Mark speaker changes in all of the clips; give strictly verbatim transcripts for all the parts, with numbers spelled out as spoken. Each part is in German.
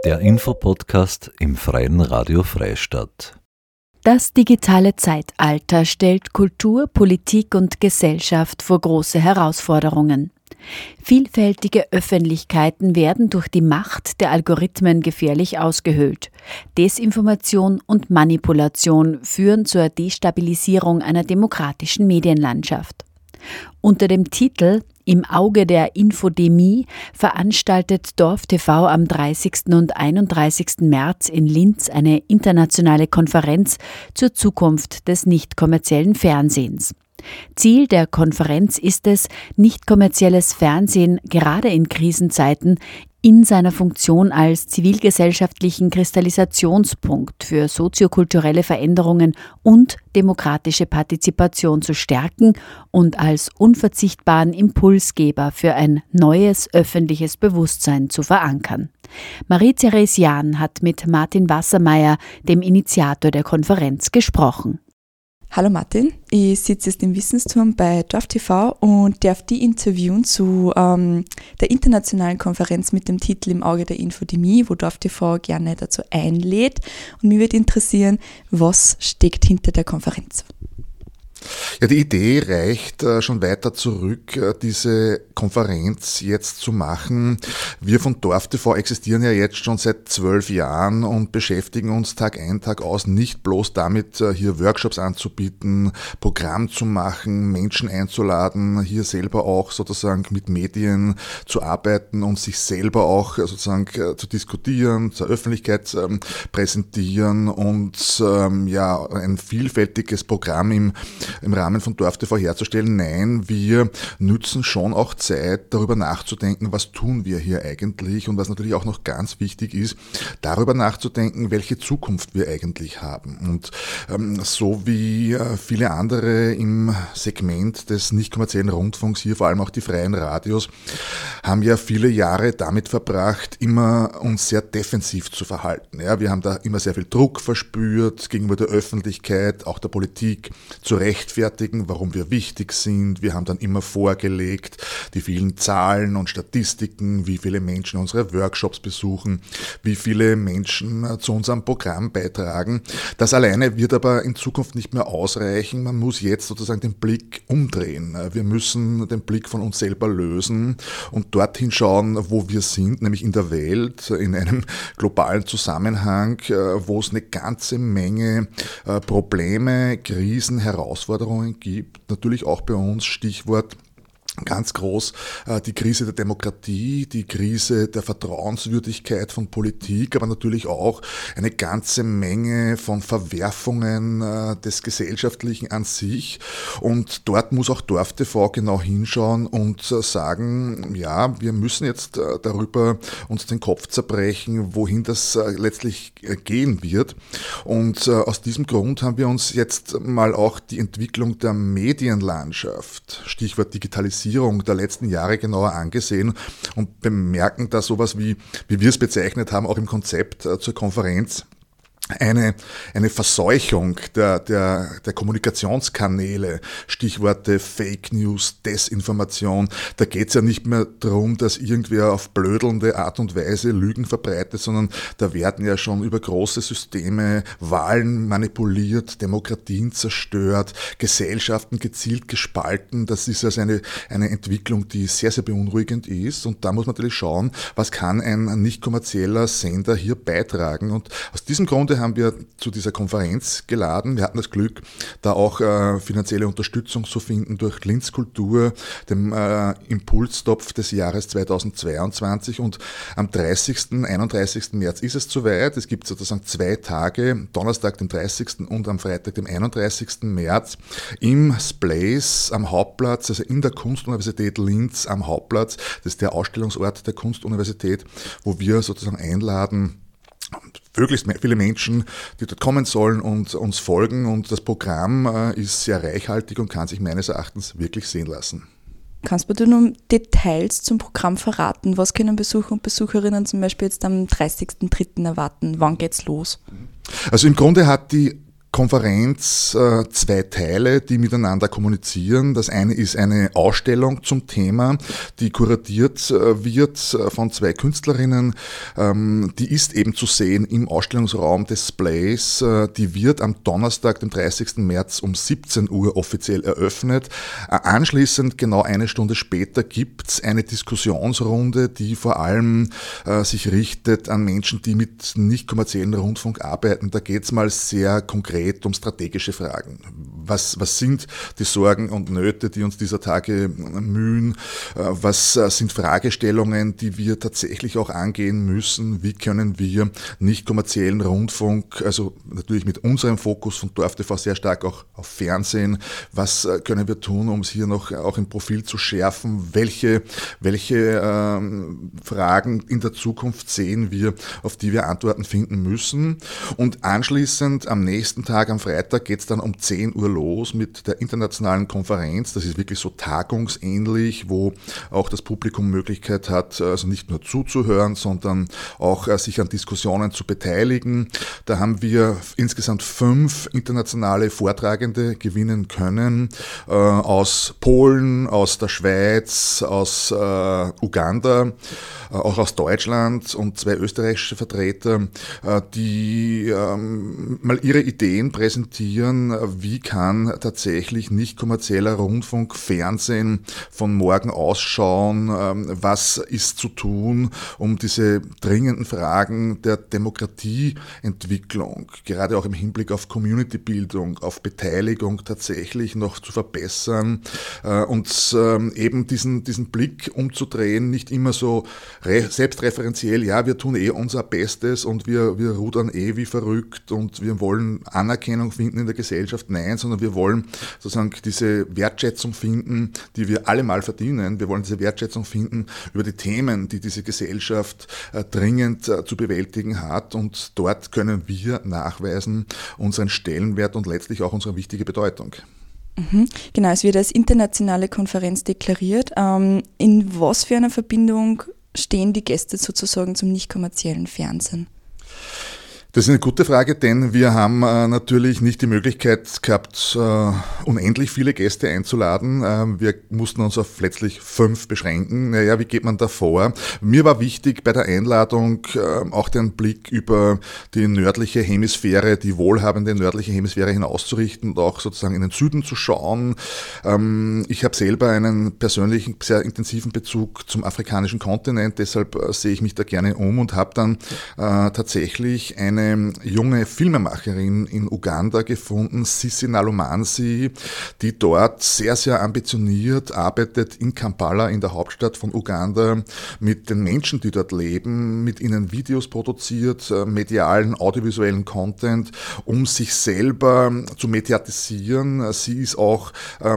Speaker 1: Der Infopodcast im Freien Radio Freistadt.
Speaker 2: Das digitale Zeitalter stellt Kultur, Politik und Gesellschaft vor große Herausforderungen. Vielfältige Öffentlichkeiten werden durch die Macht der Algorithmen gefährlich ausgehöhlt. Desinformation und Manipulation führen zur Destabilisierung einer demokratischen Medienlandschaft. Unter dem Titel Im Auge der Infodemie veranstaltet DorfTV am dreißigsten und einunddreißigsten März in Linz eine internationale Konferenz zur Zukunft des nicht-kommerziellen Fernsehens. Ziel der Konferenz ist es, nicht-kommerzielles Fernsehen gerade in Krisenzeiten in seiner Funktion als zivilgesellschaftlichen Kristallisationspunkt für soziokulturelle Veränderungen und demokratische Partizipation zu stärken und als unverzichtbaren Impulsgeber für ein neues öffentliches Bewusstsein zu verankern. Marie-Therese Jahn hat mit Martin Wassermeier, dem Initiator der Konferenz, gesprochen.
Speaker 3: Hallo Martin, ich sitze jetzt im Wissensturm bei DorfTV und darf die interviewen zu ähm, der internationalen Konferenz mit dem Titel Im Auge der Infodemie, wo DorfTV gerne dazu einlädt. Und mich würde interessieren, was steckt hinter der Konferenz?
Speaker 4: Ja, die Idee reicht äh, schon weiter zurück, äh, diese Konferenz jetzt zu machen. Wir von DorfTV existieren ja jetzt schon seit zwölf Jahren und beschäftigen uns Tag ein, Tag aus nicht bloß damit, äh, hier Workshops anzubieten, Programm zu machen, Menschen einzuladen, hier selber auch sozusagen mit Medien zu arbeiten und sich selber auch äh, sozusagen äh, zu diskutieren, zur Öffentlichkeit äh, präsentieren und ähm, ja ein vielfältiges Programm im im Rahmen von DorfTV herzustellen. Nein, wir nützen schon auch Zeit, darüber nachzudenken, was tun wir hier eigentlich und was natürlich auch noch ganz wichtig ist, darüber nachzudenken, welche Zukunft wir eigentlich haben. Und ähm, so wie äh, viele andere im Segment des nicht kommerziellen Rundfunks, hier vor allem auch die freien Radios, haben ja viele Jahre damit verbracht, immer uns sehr defensiv zu verhalten. Ja, wir haben da immer sehr viel Druck verspürt gegenüber der Öffentlichkeit, auch der Politik, zu rechtfertigen, warum wir wichtig sind. Wir haben dann immer vorgelegt, die vielen Zahlen und Statistiken, wie viele Menschen unsere Workshops besuchen, wie viele Menschen zu unserem Programm beitragen. Das alleine wird aber in Zukunft nicht mehr ausreichen. Man muss jetzt sozusagen den Blick umdrehen. Wir müssen den Blick von uns selber lösen und dorthin schauen, wo wir sind, nämlich in der Welt, in einem globalen Zusammenhang, wo es eine ganze Menge Probleme, Krisen, Herausforderungen gibt, natürlich auch bei uns, Stichwort ganz groß äh, die Krise der Demokratie, die Krise der Vertrauenswürdigkeit von Politik, aber natürlich auch eine ganze Menge von Verwerfungen äh, des Gesellschaftlichen an sich. Und dort muss auch DorfTV genau hinschauen und äh, sagen, ja, wir müssen jetzt äh, darüber uns den Kopf zerbrechen, wohin das äh, letztlich äh, gehen wird. Und äh, aus diesem Grund haben wir uns jetzt mal auch die Entwicklung der Medienlandschaft, Stichwort Digitalisierung, der letzten Jahre genauer angesehen und bemerken da sowas wie, wie wir es bezeichnet haben, auch im Konzept äh, zur Konferenz, Eine, eine Verseuchung der, der, der Kommunikationskanäle, Stichworte Fake News, Desinformation. Da geht es ja nicht mehr darum, dass irgendwer auf blödelnde Art und Weise Lügen verbreitet, sondern da werden ja schon über große Systeme Wahlen manipuliert, Demokratien zerstört, Gesellschaften gezielt gespalten. Das ist also eine, eine Entwicklung, die sehr, sehr beunruhigend ist. Und da muss man natürlich schauen, was kann ein nicht kommerzieller Sender hier beitragen. Und aus diesem Grunde haben wir zu dieser Konferenz geladen. Wir hatten das Glück, da auch äh, finanzielle Unterstützung zu finden durch Linz Kultur, dem äh, Impulstopf des Jahres zweitausendzweiundzwanzig. Und am dreißigsten, einunddreißigsten März ist es soweit. Es gibt sozusagen zwei Tage, Donnerstag, den dreißigsten und am Freitag, dem einunddreißigsten März im Splace am Hauptplatz, also in der Kunstuniversität Linz am Hauptplatz. Das ist der Ausstellungsort der Kunstuniversität, wo wir sozusagen einladen, möglichst viele Menschen, die dort kommen sollen und uns folgen, und das Programm äh, ist sehr reichhaltig und kann sich meines Erachtens wirklich sehen lassen.
Speaker 3: Kannst du nun Details zum Programm verraten? Was können Besucher und Besucherinnen zum Beispiel jetzt am dreißigsten dritten erwarten? Wann geht's los?
Speaker 4: Also im Grunde hat die Konferenz äh, zwei Teile, die miteinander kommunizieren. Das eine ist eine Ausstellung zum Thema, die kuratiert äh, wird von zwei Künstlerinnen. Ähm, die ist eben zu sehen im Ausstellungsraum des Splays. Äh, die wird am Donnerstag, dem dreißigsten März um siebzehn Uhr offiziell eröffnet. Äh, anschließend, genau eine Stunde später, gibt es eine Diskussionsrunde, die vor allem äh, sich richtet an Menschen, die mit nicht kommerziellen Rundfunk arbeiten. Da geht es mal sehr konkret um strategische Fragen. Was, was sind die Sorgen und Nöte, die uns dieser Tage mühen? Was sind Fragestellungen, die wir tatsächlich auch angehen müssen? Wie können wir nicht kommerziellen Rundfunk, also natürlich mit unserem Fokus von Dorf T V sehr stark auch auf Fernsehen, was können wir tun, um es hier noch auch im Profil zu schärfen? Welche, welche ähm, Fragen in der Zukunft sehen wir, auf die wir Antworten finden müssen? Und anschließend am nächsten Tag, am Freitag, geht es dann um zehn Uhr los mit der internationalen Konferenz. Das ist wirklich so tagungsähnlich, wo auch das Publikum Möglichkeit hat, also nicht nur zuzuhören, sondern auch sich an Diskussionen zu beteiligen. Da haben wir insgesamt fünf internationale Vortragende gewinnen können, äh, aus Polen, aus der Schweiz, aus äh, Uganda, äh, auch aus Deutschland und zwei österreichische Vertreter, äh, die ähm, mal ihre Ideen präsentieren, wie kann tatsächlich nicht kommerzieller Rundfunk, Fernsehen von morgen ausschauen, was ist zu tun, um diese dringenden Fragen der Demokratieentwicklung, gerade auch im Hinblick auf Community-Bildung, auf Beteiligung tatsächlich noch zu verbessern und eben diesen, diesen Blick umzudrehen, nicht immer so selbstreferenziell, ja, wir tun eh unser Bestes und wir, wir rudern eh wie verrückt und wir wollen Anerkennung finden in der Gesellschaft, nein, sondern wir wollen sozusagen diese Wertschätzung finden, die wir alle mal verdienen. Wir wollen diese Wertschätzung finden über die Themen, die diese Gesellschaft äh, dringend äh, zu bewältigen hat, und dort können wir nachweisen unseren Stellenwert und letztlich auch unsere wichtige Bedeutung.
Speaker 3: Mhm. Genau, es wird als internationale Konferenz deklariert. Ähm, in was für einer Verbindung stehen die Gäste sozusagen zum nicht kommerziellen Fernsehen?
Speaker 4: Das ist eine gute Frage, denn wir haben äh, natürlich nicht die Möglichkeit gehabt, äh, unendlich viele Gäste einzuladen. Äh, wir mussten uns auf letztlich fünf beschränken. Naja, wie geht man da vor? Mir war wichtig bei der Einladung äh, auch den Blick über die nördliche Hemisphäre, die wohlhabende nördliche Hemisphäre hinauszurichten und auch sozusagen in den Süden zu schauen. Ähm, ich habe selber einen persönlichen, sehr intensiven Bezug zum afrikanischen Kontinent, deshalb äh, sehe ich mich da gerne um und habe dann äh, tatsächlich eine junge Filmemacherin in Uganda gefunden, Sissi Nalumansi, die dort sehr, sehr ambitioniert arbeitet in Kampala, in der Hauptstadt von Uganda, mit den Menschen, die dort leben, mit ihnen Videos produziert, medialen, audiovisuellen Content, um sich selber zu mediatisieren. Sie ist auch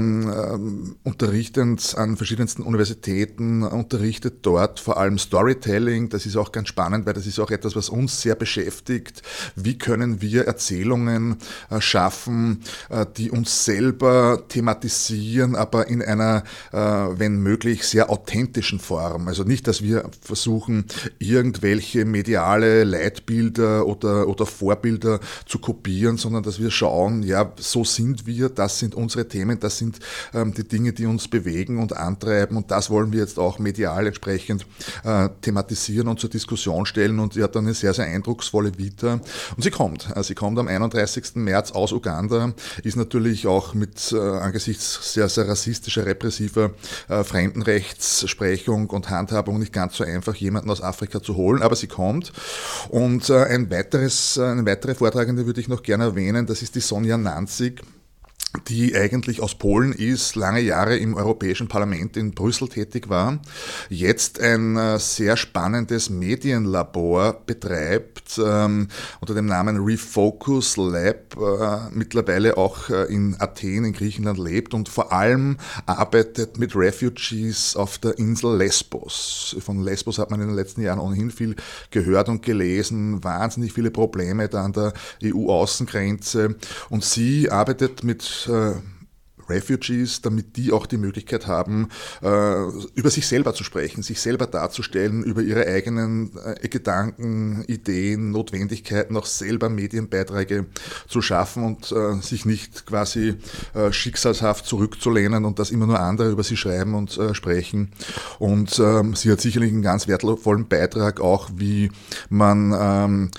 Speaker 4: ähm, unterrichtend an verschiedensten Universitäten, unterrichtet dort vor allem Storytelling. Das ist auch ganz spannend, weil das ist auch etwas, was uns sehr beschäftigt. Wie können wir Erzählungen äh, schaffen, äh, die uns selber thematisieren, aber in einer, äh, wenn möglich, sehr authentischen Form. Also nicht, dass wir versuchen, irgendwelche mediale Leitbilder oder, oder Vorbilder zu kopieren, sondern dass wir schauen, ja, so sind wir, das sind unsere Themen, das sind ähm, die Dinge, die uns bewegen und antreiben, und das wollen wir jetzt auch medial entsprechend äh, thematisieren und zur Diskussion stellen, und sie hat dann eine sehr, sehr eindrucksvolle Vita. Und sie kommt. Sie kommt am einunddreißigsten März aus Uganda, ist natürlich auch mit äh, angesichts sehr, sehr rassistischer, repressiver äh, Fremdenrechtssprechung und Handhabung nicht ganz so einfach, jemanden aus Afrika zu holen, aber sie kommt. Und äh, ein weiteres, eine weitere Vortragende würde ich noch gerne erwähnen, das ist die Sonja Nanzig, die eigentlich aus Polen ist, lange Jahre im Europäischen Parlament in Brüssel tätig war, jetzt ein äh, sehr spannendes Medienlabor betreibt, ähm, unter dem Namen Refocus Lab, äh, mittlerweile auch äh, in Athen in Griechenland lebt und vor allem arbeitet mit Refugees auf der Insel Lesbos. Von Lesbos hat man in den letzten Jahren ohnehin viel gehört und gelesen, wahnsinnig viele Probleme da an der E U-Außengrenze, und sie arbeitet mit Refugees, damit die auch die Möglichkeit haben, äh, über sich selber zu sprechen, sich selber darzustellen, über ihre eigenen äh, Gedanken, Ideen, Notwendigkeiten, auch selber Medienbeiträge zu schaffen und äh, sich nicht quasi äh, schicksalshaft zurückzulehnen und dass immer nur andere über sie schreiben und äh, sprechen. Und ähm, sie hat sicherlich einen ganz wertvollen Beitrag auch, wie man ähm,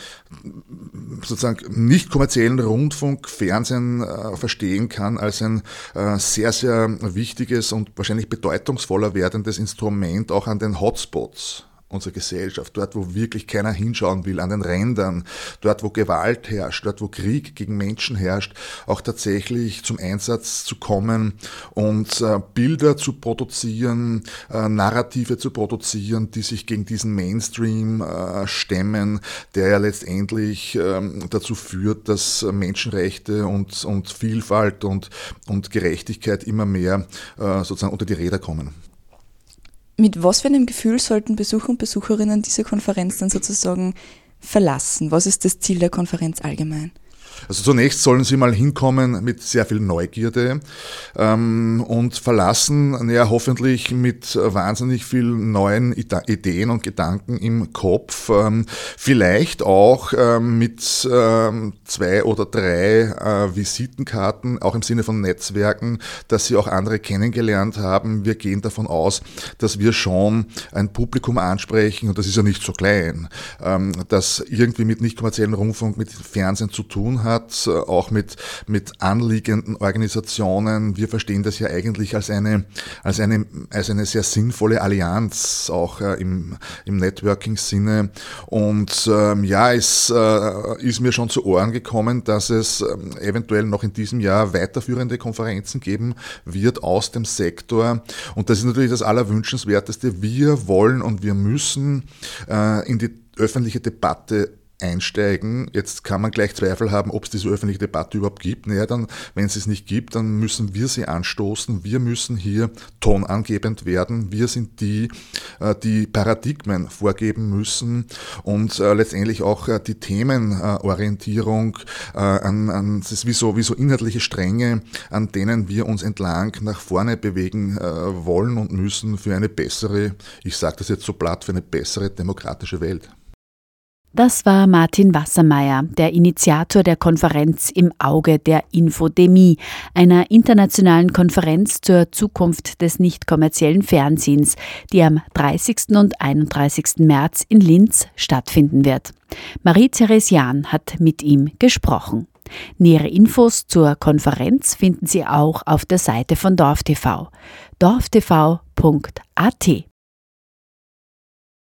Speaker 4: sozusagen nicht kommerziellen Rundfunk, Fernsehen äh, verstehen kann als ein äh, sehr, sehr wichtiges und wahrscheinlich bedeutungsvoller werdendes Instrument auch an den Hotspots unserer Gesellschaft, dort, wo wirklich keiner hinschauen will, an den Rändern, dort, wo Gewalt herrscht, dort, wo Krieg gegen Menschen herrscht, auch tatsächlich zum Einsatz zu kommen und äh, Bilder zu produzieren, äh, Narrative zu produzieren, die sich gegen diesen Mainstream äh, stemmen, der ja letztendlich äh, dazu führt, dass Menschenrechte und, und Vielfalt und, und Gerechtigkeit immer mehr äh, sozusagen unter die Räder kommen.
Speaker 3: Mit was für einem Gefühl sollten Besucher und Besucherinnen diese Konferenz dann sozusagen verlassen? Was ist das Ziel der Konferenz allgemein?
Speaker 4: Also zunächst sollen sie mal hinkommen mit sehr viel Neugierde ähm, und verlassen, ja hoffentlich mit wahnsinnig vielen neuen Ideen und Gedanken im Kopf, ähm, vielleicht auch ähm, mit ähm, zwei oder drei äh, Visitenkarten, auch im Sinne von Netzwerken, dass sie auch andere kennengelernt haben. Wir gehen davon aus, dass wir schon ein Publikum ansprechen, und das ist ja nicht so klein, ähm, das irgendwie mit nicht kommerziellen Rundfunk, mit Fernsehen zu tun hat, hat, auch mit, mit anliegenden Organisationen. Wir verstehen das ja eigentlich als eine, als eine, als eine sehr sinnvolle Allianz, auch äh, im, im Networking-Sinne. Und ähm, ja, es äh, ist mir schon zu Ohren gekommen, dass es ähm, eventuell noch in diesem Jahr weiterführende Konferenzen geben wird aus dem Sektor. Und das ist natürlich das Allerwünschenswerteste. Wir wollen und wir müssen äh, in die öffentliche Debatte einsteigen. Jetzt kann man gleich Zweifel haben, ob es diese öffentliche Debatte überhaupt gibt. Naja, dann, wenn es es nicht gibt, dann müssen wir sie anstoßen. Wir müssen hier tonangebend werden. Wir sind die, die Paradigmen vorgeben müssen und äh, letztendlich auch äh, die Themenorientierung äh, an, an das ist wie so, wie so inhaltliche Stränge, an denen wir uns entlang nach vorne bewegen äh, wollen und müssen für eine bessere, ich sage das jetzt so platt, für eine bessere demokratische Welt.
Speaker 2: Das war Martin Wassermeier, der Initiator der Konferenz Im Auge der Infodemie, einer internationalen Konferenz zur Zukunft des nicht kommerziellen Fernsehens, die am dreißigsten und einunddreißigsten März in Linz stattfinden wird. Marie-Therese Jahn hat mit ihm gesprochen. Nähere Infos zur Konferenz finden Sie auch auf der Seite von DorfTV, dorftv punkt at.